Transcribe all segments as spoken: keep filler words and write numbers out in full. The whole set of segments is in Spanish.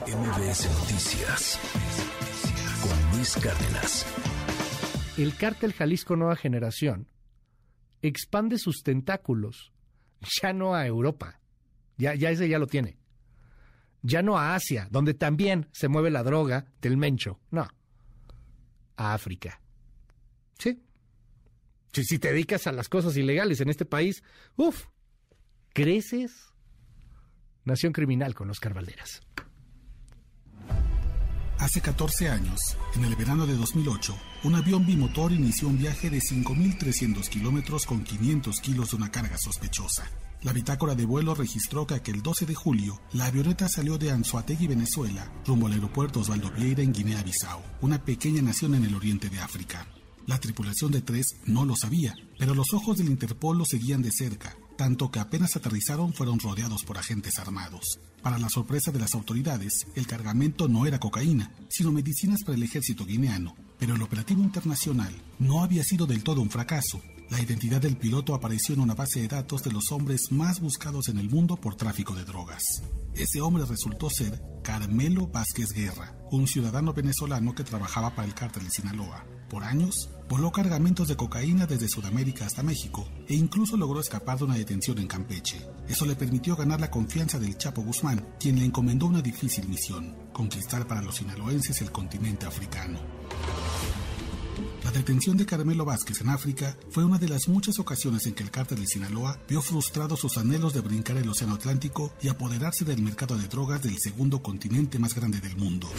M B S Noticias con Luis Cárdenas. El cártel Jalisco Nueva Generación expande sus tentáculos ya no a Europa, ya, ya ese ya lo tiene, ya no a Asia, donde también se mueve la droga del mencho, no, a África. Sí, si, si te dedicas a las cosas ilegales en este país, uff, creces. Nación Criminal con Oscar Valderas. Hace catorce años, en el verano de dos mil ocho, un avión bimotor inició un viaje de cinco mil trescientos kilómetros con quinientos kilos de una carga sospechosa. La bitácora de vuelo registró que aquel doce de julio, la avioneta salió de Anzoátegui, Venezuela, rumbo al aeropuerto Osvaldo Vieira en Guinea-Bissau, una pequeña nación en el oriente de África. La tripulación de tres no lo sabía, pero los ojos del Interpol lo seguían de cerca, tanto que apenas aterrizaron fueron rodeados por agentes armados. Para la sorpresa de las autoridades, el cargamento no era cocaína, sino medicinas para el ejército guineano, pero el operativo internacional no había sido del todo un fracaso. La identidad del piloto apareció en una base de datos de los hombres más buscados en el mundo por tráfico de drogas. Ese hombre resultó ser Carmelo Vázquez Guerra, un ciudadano venezolano que trabajaba para el cártel de Sinaloa. Por años, voló cargamentos de cocaína desde Sudamérica hasta México e incluso logró escapar de una detención en Campeche. Eso le permitió ganar la confianza del Chapo Guzmán, quien le encomendó una difícil misión: conquistar para los sinaloenses el continente africano. La detención de Carmelo Vázquez en África fue una de las muchas ocasiones en que el cártel de Sinaloa vio frustrados sus anhelos de brincar el océano Atlántico y apoderarse del mercado de drogas del segundo continente más grande del mundo.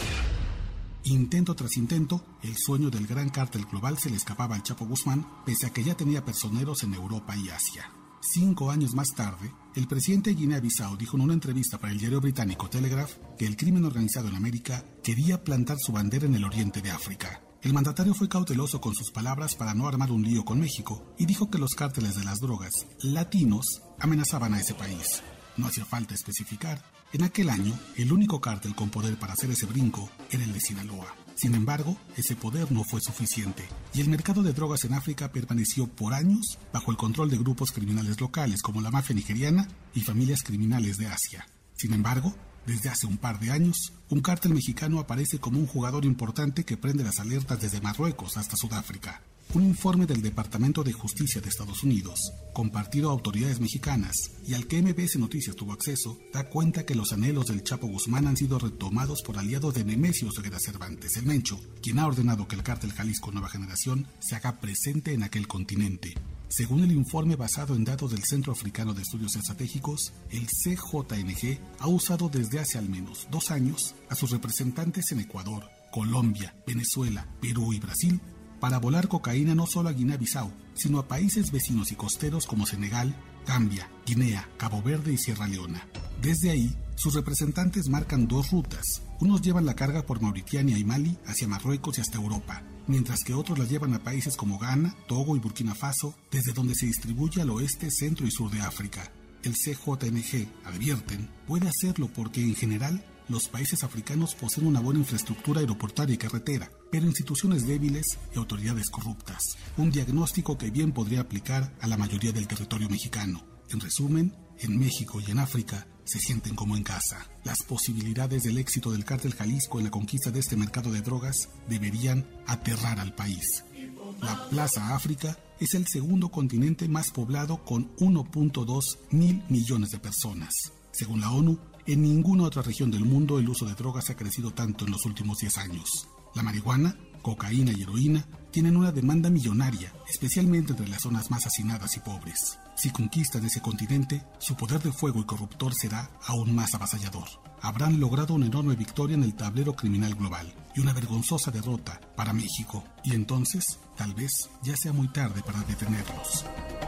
Intento tras intento, el sueño del gran cártel global se le escapaba al Chapo Guzmán, pese a que ya tenía personeros en Europa y Asia. Cinco años más tarde, el presidente de Guinea-Bissau dijo en una entrevista para el diario británico Telegraph que el crimen organizado en América quería plantar su bandera en el oriente de África. El mandatario fue cauteloso con sus palabras para no armar un lío con México y dijo que los cárteles de las drogas latinos amenazaban a ese país. No hacía falta especificar. En aquel año, el único cártel con poder para hacer ese brinco era el de Sinaloa. Sin embargo, ese poder no fue suficiente, y el mercado de drogas en África permaneció por años bajo el control de grupos criminales locales como la mafia nigeriana y familias criminales de Asia. Sin embargo, desde hace un par de años, un cártel mexicano aparece como un jugador importante que prende las alertas desde Marruecos hasta Sudáfrica. Un informe del Departamento de Justicia de Estados Unidos, compartido a autoridades mexicanas y al que M B S Noticias tuvo acceso, da cuenta que los anhelos del Chapo Guzmán han sido retomados por aliados de Nemesio Ceguera Cervantes, el Mencho, quien ha ordenado que el cártel Jalisco Nueva Generación se haga presente en aquel continente. Según el informe basado en datos del Centro Africano de Estudios Estratégicos, el C J N G ha usado desde hace al menos dos años a sus representantes en Ecuador, Colombia, Venezuela, Perú y Brasil para volar cocaína no solo a Guinea-Bissau, sino a países vecinos y costeros como Senegal, Gambia, Guinea, Cabo Verde y Sierra Leona. Desde ahí, sus representantes marcan dos rutas. Unos llevan la carga por Mauritania y Mali hacia Marruecos y hasta Europa, mientras que otros la llevan a países como Ghana, Togo y Burkina Faso, desde donde se distribuye al oeste, centro y sur de África. El C J N G, advierten, puede hacerlo porque, en general, los países africanos poseen una buena infraestructura aeroportuaria y carretera, pero instituciones débiles y autoridades corruptas. Un diagnóstico que bien podría aplicar a la mayoría del territorio mexicano. En resumen, en México y en África se sienten como en casa. Las posibilidades del éxito del cártel Jalisco en la conquista de este mercado de drogas deberían aterrar al país. La Plaza África es el segundo continente más poblado con uno punto dos mil millones de personas. Según la ONU, en ninguna otra región del mundo el uso de drogas ha crecido tanto en los últimos diez años. La marihuana, cocaína y heroína tienen una demanda millonaria, especialmente entre las zonas más hacinadas y pobres. Si conquistan ese continente, su poder de fuego y corruptor será aún más avasallador. Habrán logrado una enorme victoria en el tablero criminal global y una vergonzosa derrota para México. Y entonces, tal vez, ya sea muy tarde para detenerlos.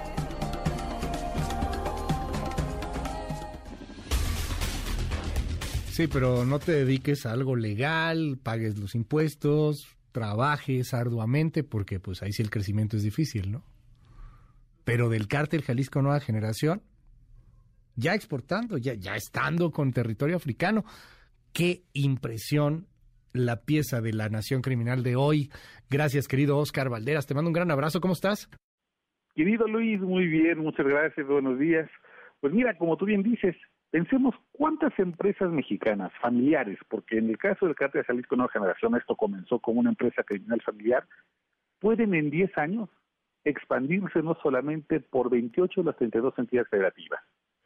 Sí, pero no te dediques a algo legal, pagues los impuestos, trabajes arduamente, porque pues ahí sí el crecimiento es difícil, ¿no? Pero del cártel Jalisco Nueva Generación, ya exportando, ya, ya estando con territorio africano. Qué impresión la pieza de la Nación Criminal de hoy. Gracias, querido Oscar Valderas. Te mando un gran abrazo. ¿Cómo estás? Querido Luis, muy bien, muchas gracias, buenos días. Pues mira, como tú bien dices, Pensemos cuántas empresas mexicanas, familiares, porque en el caso del Cártel de Jalisco Nueva Generación esto comenzó como una empresa criminal familiar, pueden en diez años expandirse no solamente por veintiocho de las treinta y dos entidades federativas,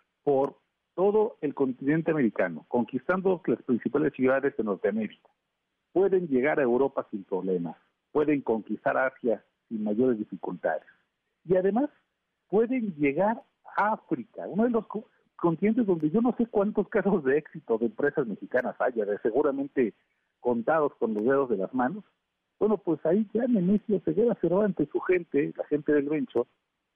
por todo el continente americano, conquistando las principales ciudades de Norteamérica. Pueden llegar a Europa sin problemas, pueden conquistar Asia sin mayores dificultades. Y además pueden llegar a África, uno de los continentes donde yo no sé cuántos casos de éxito de empresas mexicanas haya, de seguramente contados con los dedos de las manos. Bueno, pues ahí ya Nemesio Ceguera Cervantes, su gente, la gente del Bencho,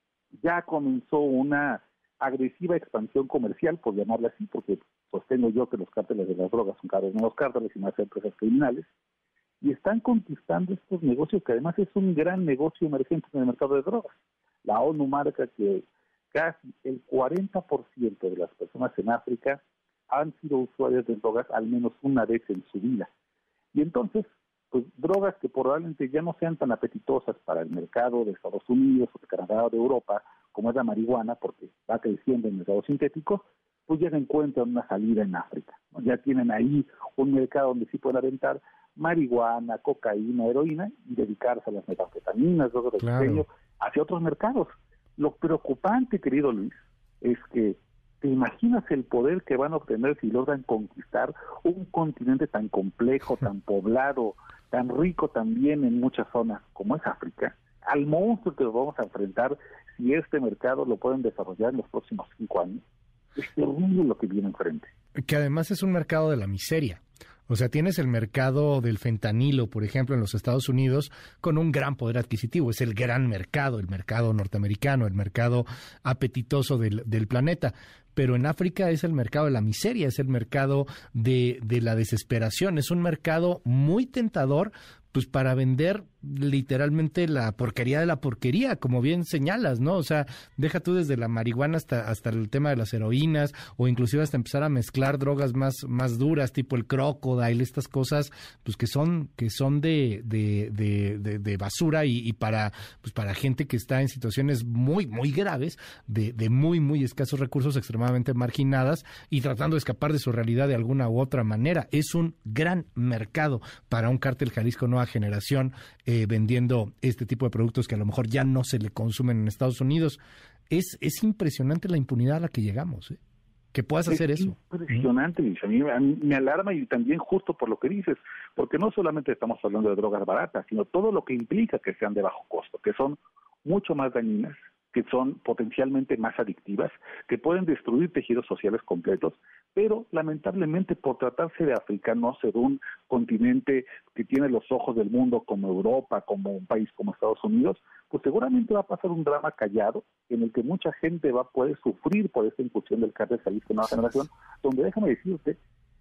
ya comenzó una agresiva expansión comercial, por llamarla así, porque sostengo yo que los cárteles de las drogas son cada vez menos cárteles y más empresas criminales, y están conquistando estos negocios que además es un gran negocio emergente en el mercado de drogas. La ONU marca que casi el cuarenta por ciento de las personas en África han sido usuarias de drogas al menos una vez en su vida. Y entonces, pues drogas que probablemente ya no sean tan apetitosas para el mercado de Estados Unidos o de Canadá o de Europa, como es la marihuana, porque va creciendo en mercados sintéticos, pues ya encuentran una salida en África, ¿no? Ya tienen ahí un mercado donde sí pueden aventar marihuana, cocaína, heroína y dedicarse a las metanfetaminas, drogas de Claro. diseño, hacia otros mercados. Lo preocupante, querido Luis, es que ¿te imaginas el poder que van a obtener si logran conquistar un continente tan complejo, tan poblado, tan rico también en muchas zonas como es África? Al monstruo que nos vamos a enfrentar si este mercado lo pueden desarrollar en los próximos cinco años. Es terrible lo que viene enfrente. Que además es un mercado de la miseria. O sea, tienes el mercado del fentanilo, por ejemplo, en los Estados Unidos, con un gran poder adquisitivo. Es el gran mercado, el mercado norteamericano, el mercado apetitoso del, del planeta. Pero en África es el mercado de la miseria, es el mercado de, de la desesperación. Es un mercado muy tentador, pues para vender literalmente la porquería de la porquería, como bien señalas, ¿no? O sea, deja tú desde la marihuana hasta hasta el tema de las heroínas, o inclusive hasta empezar a mezclar drogas más más duras, tipo el crocodile, estas cosas, pues que son que son de de de, de, de basura y, y para pues para gente que está en situaciones muy muy graves, de, de muy muy escasos recursos, extremadamente marginadas y tratando de escapar de su realidad de alguna u otra manera. Es un gran mercado para un cártel Jalisco Nueva Generación. Eh, vendiendo este tipo de productos que a lo mejor ya no se le consumen en Estados Unidos. Es es impresionante la impunidad a la que llegamos, ¿eh? Que puedas hacer es eso. Impresionante, Luis. A mí, a mí me alarma y también justo por lo que dices, porque no solamente estamos hablando de drogas baratas, sino todo lo que implica que sean de bajo costo, que son mucho más dañinas, que son potencialmente más adictivas, que pueden destruir tejidos sociales completos, pero lamentablemente por tratarse de África, no ser un continente que tiene los ojos del mundo como Europa, como un país como Estados Unidos, pues seguramente va a pasar un drama callado en el que mucha gente va a poder sufrir por esta incursión del cártel Jalisco Nueva Generación, donde déjame decirte,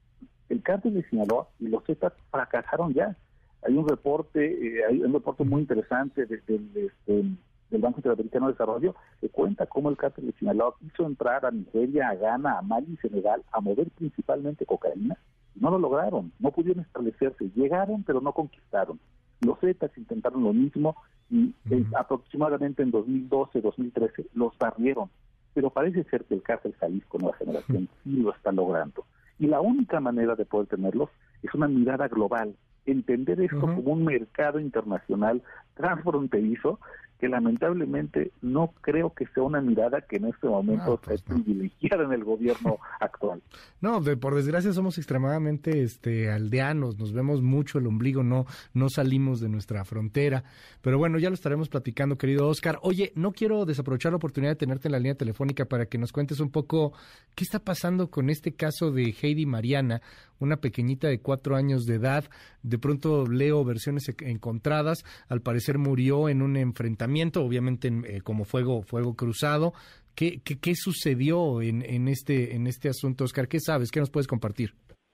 el cártel de Sinaloa y los Zetas fracasaron ya. Hay un reporte, eh, hay un reporte muy interesante desde el este, del Banco Interamericano de Desarrollo, que cuenta cómo el cártel de Sinaloa quiso entrar a Nigeria, a Ghana, a Mali y Senegal a mover principalmente cocaína, y no lo lograron, no pudieron establecerse, llegaron pero no conquistaron. Los Zetas intentaron lo mismo y uh-huh. eh, aproximadamente en dos mil doce, dos mil trece los barrieron, pero parece ser que el cártel Jalisco Nueva Generación uh-huh. sí lo está logrando. Y la única manera de poder tenerlos es una mirada global, entender esto uh-huh. como un mercado internacional transfronterizo que lamentablemente no creo que sea una mirada que en este momento no, pues sea no. privilegiada en el gobierno actual. No, de, por desgracia somos extremadamente este, aldeanos, nos vemos mucho el ombligo, no, no salimos de nuestra frontera, pero bueno, ya lo estaremos platicando, querido Oscar. Oye, no quiero desaprovechar la oportunidad de tenerte en la línea telefónica para que nos cuentes un poco qué está pasando con este caso de Heidi Mariana, una pequeñita de cuatro años de edad. De pronto leo versiones encontradas, al parecer murió en un enfrentamiento, obviamente eh, como fuego fuego cruzado. ¿Qué, qué, qué sucedió en, en este en este asunto, Oscar? ¿Qué sabes? ¿Qué nos puedes compartir?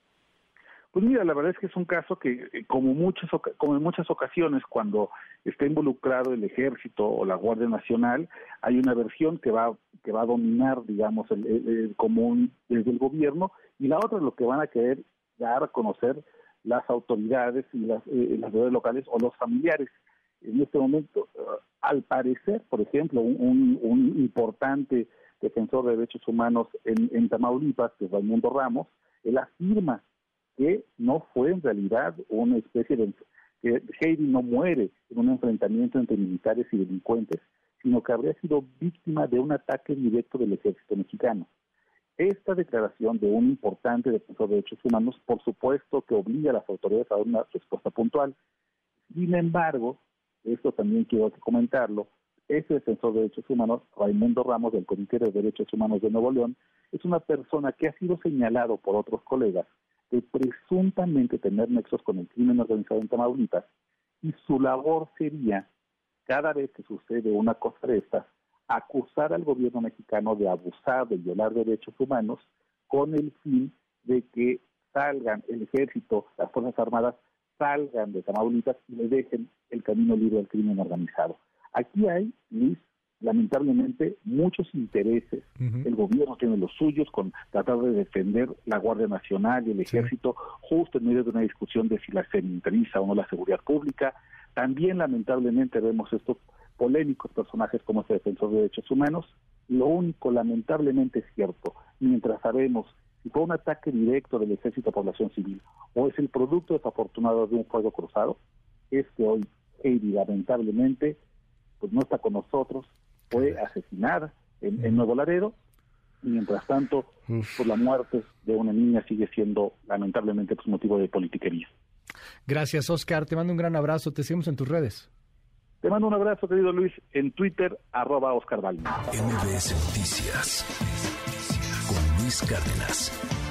Pues mira, la verdad es que es un caso que, como muchas como en muchas ocasiones, cuando está involucrado el Ejército o la Guardia Nacional, hay una versión que va que va a dominar, digamos, el, el, el común desde el gobierno, y la otra es lo que van a querer dar a conocer las autoridades y las, eh, las autoridades locales o los familiares. En este momento, uh, al parecer, por ejemplo, un, un, un importante defensor de derechos humanos en, en Tamaulipas, que es Raimundo Ramos, él afirma que no fue en realidad una especie de... que Heidi no muere en un enfrentamiento entre militares y delincuentes, sino que habría sido víctima de un ataque directo del ejército mexicano. Esta declaración de un importante defensor de derechos humanos, por supuesto que obliga a las autoridades a dar una respuesta puntual. Sin embargo, esto también quiero comentarlo, ese defensor de derechos humanos, Raimundo Ramos, del Comité de Derechos Humanos de Nuevo León, es una persona que ha sido señalado por otros colegas de presuntamente tener nexos con el crimen organizado en Tamaulipas, y su labor sería, cada vez que sucede una cosa de estas, acusar al gobierno mexicano de abusar, de violar derechos humanos, con el fin de que salgan el ejército, las Fuerzas Armadas, salgan de Tamaulipas y le dejen el camino libre al crimen organizado. Aquí hay, Luis, lamentablemente, muchos intereses. Uh-huh. El gobierno tiene los suyos con tratar de defender la Guardia Nacional y el Ejército, sí, justo en medio de una discusión de si la se militariza o no la seguridad pública. También, lamentablemente, vemos estos polémicos personajes como este defensor de derechos humanos. Lo único, lamentablemente, es cierto, mientras sabemos si fue un ataque directo del Ejército a población civil o es el producto desafortunado de un fuego cruzado, es que hoy Heidi, lamentablemente, pues no está con nosotros, fue asesinada en, en Nuevo Laredo, y mientras tanto, pues la muerte de una niña sigue siendo, lamentablemente, pues motivo de politiquería. Gracias, Oscar, te mando un gran abrazo, te seguimos en tus redes. Te mando un abrazo, querido Luis, en Twitter, arroba Oscar Balma. M B S Noticias, con Luis Cárdenas.